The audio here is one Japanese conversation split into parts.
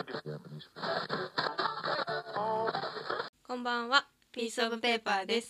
こんばんは、ピースオブペーパーです。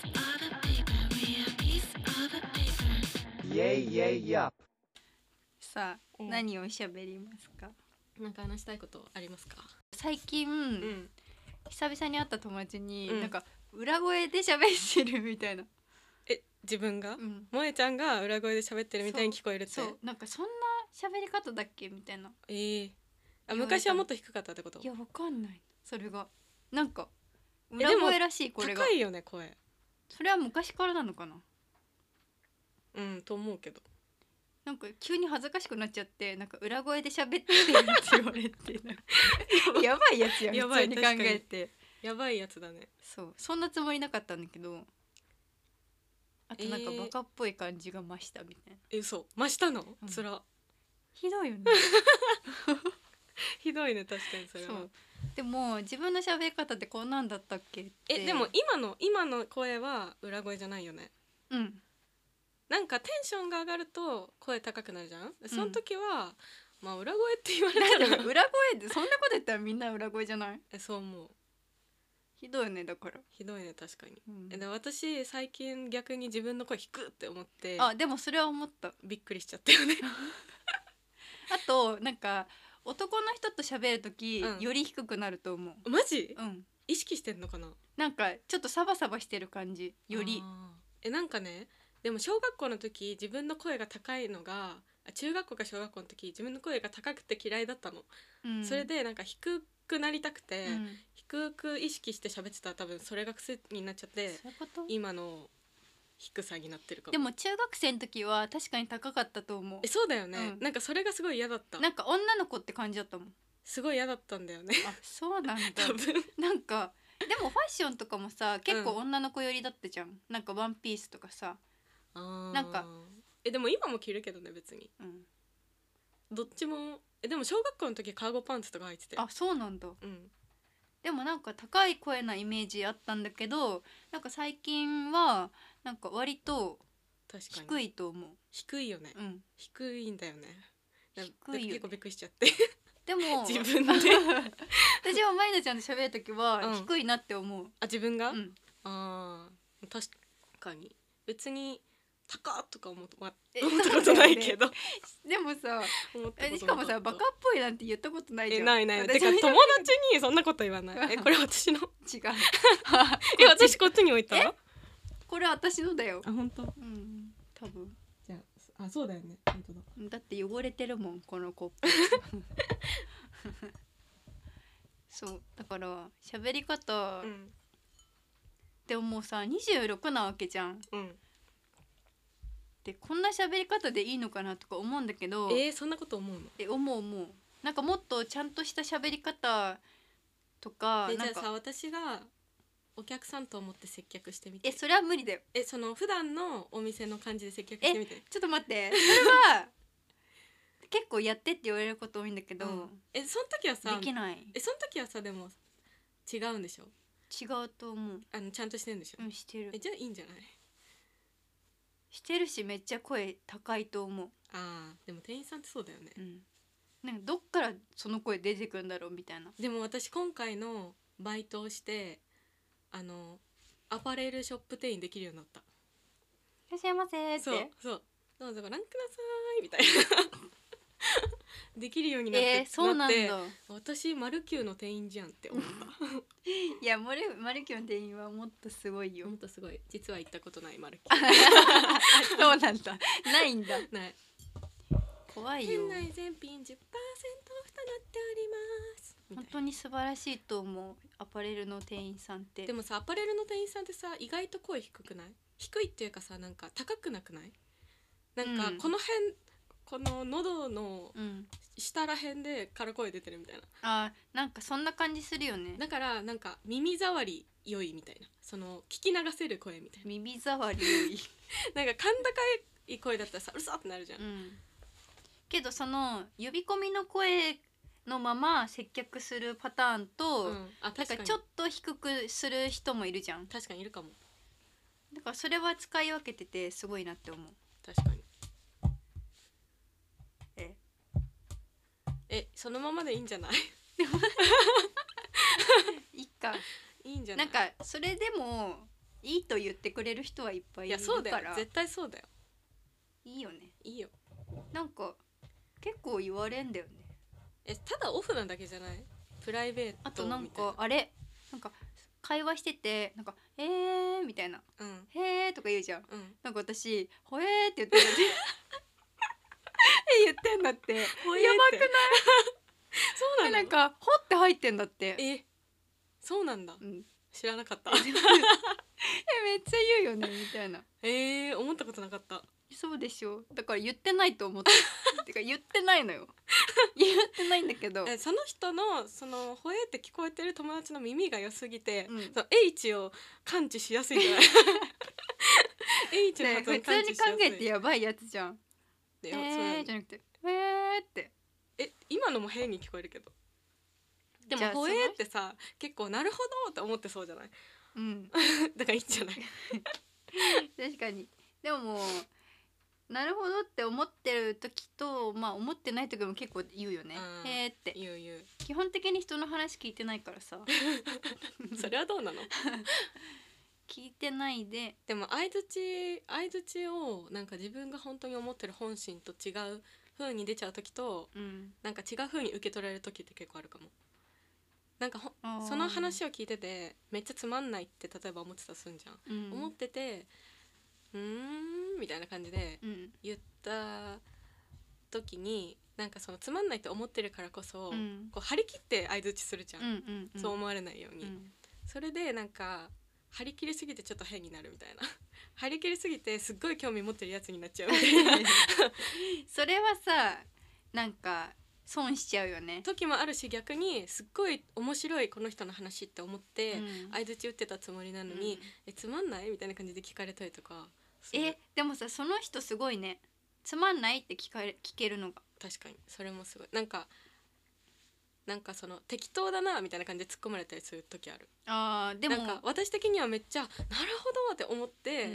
イエイイエイヤップ。 さあ、何を喋りますか？ なんか話したいことありますか？ 最近、久々に会った友達に、 うんなんか裏声で喋ってるみたいな。 自分が、 うん萌ちゃんが裏声で喋ってるみたいに聞こえるって。 そうなんかそんな喋り方だっけみたいな。 昔はもっと低かったってこと？ いやわかんない。それがなんか裏声らしい。これが高いよね声。 それは昔からなのかな。 と思うけど、 なんか急に恥ずかしくなっちゃって、なんか裏声で喋ってるって言われてやばいやつやん。 やばい、 普通に考えてやばいやつだね。 そう、そんなつもりなかったんだけど、あとなんかバカっぽい感じが増したみたいな。 嘘増したの？つら。 ひどいよねひどいね、確かにそれは。 そうでも自分の喋り方ってこんなんだったっけって。 でも今の声は裏声じゃないよね。なんかテンションが上がると声高くなるじゃん。その時は、まあ裏声って言われたら裏声ってそんなこと言ったらみんな裏声じゃない？ そう思う。 ひどいね。だからひどいね、確かに。で私最近逆に自分の声低くって思って。 でもそれは思った。 びっくりしちゃったよねあとなんか男の人と喋る時、より低くなると思う。 マジ？意識してんのかな。 なんかちょっとサバサバしてる感じより。 なんかね、でも小学校の時自分の声が高いのが、中学校か小学校の時自分の声が高くて嫌いだったの、それでなんか低くなりたくて、低く意識して喋ってたら多分それが癖になっちゃって、 そういうこと？ 今の低さになってるかも。 でも中学生の時は確かに高かったと思う。 そうだよね、なんかそれがすごい嫌だった。 なんか女の子って感じだったもん。すごい嫌だったんだよね。 そうなんだ多分なんかでもファッションとかもさ、結構女の子寄りだったじゃん。なんかワンピースとかさ、なんかでも今も着るけどね、別に。どっちも。でも小学校の時カーゴパンツとか履いてて。 そうなんだ。でもなんか高い声なイメージあったんだけど、なんか最近はなんか割と低いと思う。 低いよね。低いんだよね。 低いよね。 結構びっくりしちゃって。でも自分で私はマイナちゃんと喋る時は低いなって思う。 自分が？確かに別に高っとか思ったことないけどでもさ、しかもさ、バカっぽいなんて言ったことないじゃん。 ないてか友達にそんなこと言わないこれ私の。違う私こっちに置いた？ これ私のだよ。 本当？ 多分。 じゃあそうだよね。本当だ。 だって汚れてるもん、このコップそうだから喋り方、でももうさ26なわけじゃん。でこんな喋り方でいいのかなとか思うんだけど。 そんなこと思うの？ 思う。なんかもっとちゃんとした喋り方とか。 じゃあさ、私がお客さんと思って接客してみて。 それは無理だよ。 その普段のお店の感じで接客してみて。 ちょっと待って、それは結構やってって言われること多いんだけど、その時はさできない。 その時はさ、でも違うんでしょ？ 違うと思う。 ちゃんとしてるんでしょ？ してる。 じゃあいいんじゃない？ してるし、めっちゃ声高いと思う。 でも店員さんってそうだよね。 なんかどっからその声出てくるんだろうみたいな。 でも私今回のバイトをしてアパレルショップ店員できるようになった。 いらっしゃいませーって。 そうどうぞご覧くださいみたいなできるようになって、 そうなんだ。 私マルキューの店員じゃんって思ったいやマルキューの店員はもっとすごいよ。 もっとすごい。実は行ったことないマルキューそうなんだ。ないんだ。 ない。 怖いよ。 店内全品10%オフとなっております本当に素晴らしいと思う、アパレルの店員さんって。 でもさ、アパレルの店員さんってさ、意外と声低くない？低いっていうかさ、なんか高くなくない？なんかこの辺、この喉の下ら辺でから声出てるみたいな。 なんかそんな感じするよね。 だからなんか耳障り良いみたいな、その聞き流せる声みたいな。 耳障り良いなんか甲高い声だったらさ、うるさってなるじゃん。 けどその呼び込みの声のまま接客するパターンと、なんかちょっと低くする人もいるじゃん。 確かにいるかも。 だからそれは使い分けててすごいなって思う。 確かに。そのままでいいんじゃない？ いいか。 いいんじゃない。なんかそれでもいいと言ってくれる人はいっぱいいるから。 いやそうだよ、絶対そうだよ。 いいよね。 いいよ。 なんか結構言われんだよね。 ただオフなだけじゃない？プライベートみたいな。 あとなんかあれなんか会話しててなんかみたいな、 うん、 へーとか言うじゃん、 うん、 なんか私ほえーって言ってる言ってんだって。やばくない？ そうなの？ なんかほって入ってんだって。 そうなんだ、 うん、 知らなかった。 めっちゃ言うよねみたいな。 思ったことなかった。 そうでしょ。だから言ってないと思っててか言ってないのよ。言ってないんだけど、 その人のそのほえって聞こえてる友達の耳が良すぎて、その H を感知しやすいんじゃない？H の発音普通に考えてやばいやつじゃん。じゃなくてって。 今のも変に聞こえるけど、でもほえってさ結構なるほどって思ってそうじゃない？ うん。 だからいいんじゃない？ 確かに。でももうなるほどって思ってる時と思ってない時も結構言うよね。へーって言う。 基本的に人の話聞いてないからさ。 それはどうなの？ 聞いてないで。 でも相槌をなんか自分が本当に思ってる本心と違う風に出ちゃう時と、なんか違う風に受け取られる時って結構あるかも。なんかその話を聞いててめっちゃつまんないって例えば思ってたらすんじゃん、思っててみたいな感じで言った時に、なんかそのつまんないって思ってるからこそ、こう張り切って相槌するじゃん、そう思われないように、それでなんか張り切りすぎてちょっと変になるみたいな張り切りすぎてすっごい興味持ってるやつになっちゃうみたいなそれはさなんか損しちゃうよね。 時もあるし、逆にすっごい面白いこの人の話って思って相槌打ってたつもりなのに、つまんないみたいな感じで聞かれたりとか。 でもさその人すごいね、つまんないって聞けるのが。 確かにそれもすごい。なんかその適当だなみたいな感じで突っ込まれたりする時ある。 でもなんか私的にはめっちゃなるほどって思って、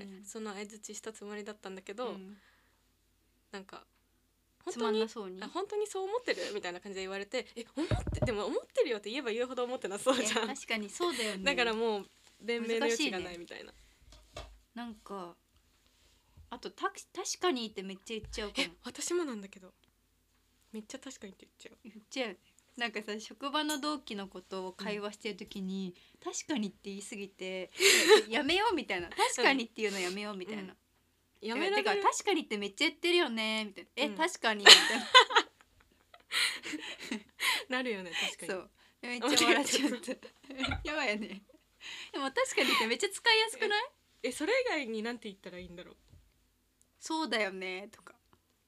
その相槌したつもりだったんだけど、なんか本当にそう思ってるみたいな感じで言われて、でも思ってるよって言えば言うほど思ってなそうじゃん。 確かにそうだよね。 だからもう弁明の余地がないみたいな。 なんかあと確かにってめっちゃ言っちゃうかも。 私もなんだけどめっちゃ確かにって言っちゃう。なんかさ職場の同期のことを会話してる時に、確かにって言い過ぎてやめようみたいな、確かにっていうのやめようみたいな、やめられる。てか確かにってめっちゃ言ってるよねみたいな、確かにみたいななるよね。確かにそうめっちゃ笑っちゃったやばいよね。でも確かにってめっちゃ使いやすくない？ それ以外になんて言ったらいいんだろう。 そうだよねとか。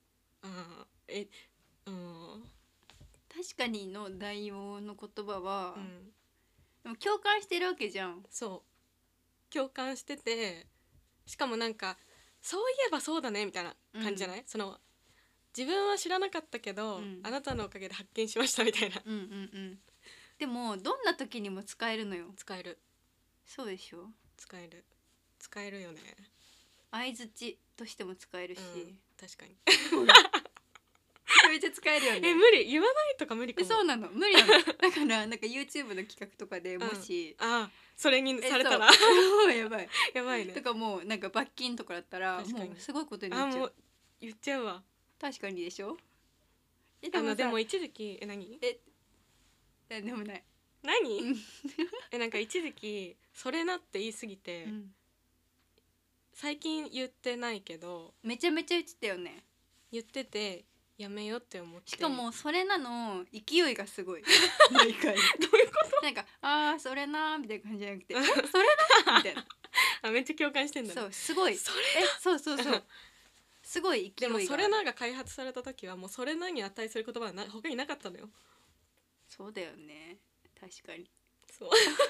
確かにの代用の言葉は、でも共感してるわけじゃん。 そう共感してて、しかもなんかそういえばそうだねみたいな感じじゃない？その自分は知らなかったけど、あなたのおかげで発見しましたみたいな。 でもどんな時にも使えるのよ。 使える。 そうでしょ。 使えるよね。 相槌としても使えるし、 確かにめっちゃ使えるよね。 無理、言わないとか無理かも。 そうなの、無理なの。だからなんか YouTube の企画とかでもし、 それにされたらやばいやばいね。 とかもうなんか罰金とかだったらもうすごいことになっちゃう。 もう言っちゃうわ。 確かにでしょ。 でも一時期何？ でもない。 何？なんか一時期それなって言い過ぎて、最近言ってないけどめちゃめちゃ言ってたよね。 言っててやめようって思って。 しかもそれなの勢いがすごい毎回どういうことなんかそれなみたいな感じじゃなくてそれなみたいなめっちゃ共感してんだね。 そうすごいそれそうすごい勢いが。 でもそれなが開発された時はもうそれなに値する言葉は他になかったのよ。 そうだよね、確かにそう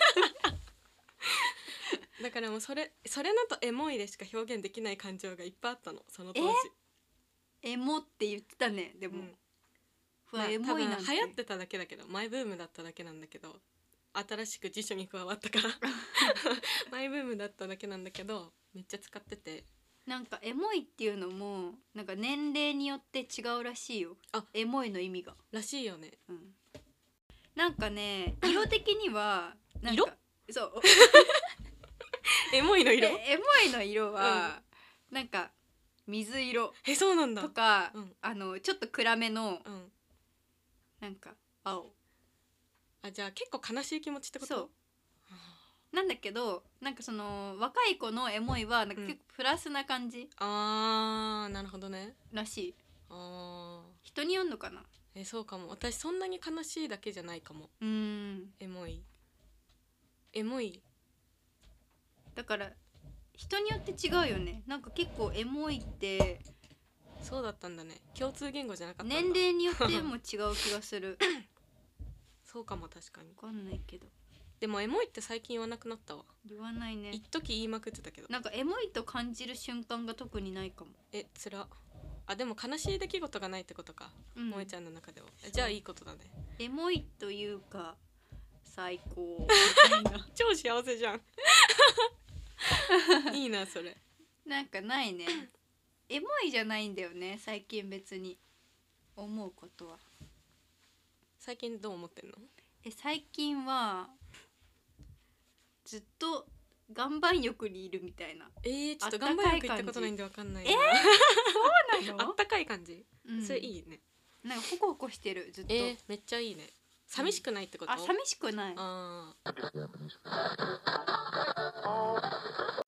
だからもうそれなとエモいでしか表現できない感情がいっぱいあったの、その当時。 エモって言ってたね。でも、 エモいなんて流行ってただけだけど、マイブームだっただけなんだけど、新しく辞書に加わったからマイブームだっただけなんだけど、めっちゃ使ってて。 なんかエモいっていうのもなんか年齢によって違うらしいよ。エモいの意味がらしいよね。 なんかね色的にはなんかそうエモいの色エモいの色は、なんか水色そうなんだとか、ちょっと暗めの、なんか青。 じゃあ結構悲しい気持ちってこと？ そうなんだけど、なんかその若い子のエモいはなんか結構プラスな感じ、 なるほどねらしい。人によんのかな。 そうかも。私そんなに悲しいだけじゃないかも。エモいだから人によって違うよね。なんか結構エモいってそうだったんだね。共通言語じゃなかったんだ。 年齢によっても違う気がするそうかも。確かに分かんないけど、 でもエモいって最近言わなくなったわ。 言わないね。 一時言いまくってたけど、 なんかエモいと感じる瞬間が特にないかも。 つら。でも悲しい出来事がないってことか、萌えちゃんの中では。じゃあいいことだね。 エモいというか最高超幸せじゃんいいなそれ。 なんかないね。エモいじゃないんだよね最近。別に思うことは。 最近どう思ってんの？ 最近はずっと岩盤浴にいるみたいな。 ちょっと岩盤浴行ったことないんでわかんないな。 そうなの？ あったかい感じ、それいいね。 なんかホコホコしてるずっと。 めっちゃいいね。寂しくないってこと？ 寂しくない。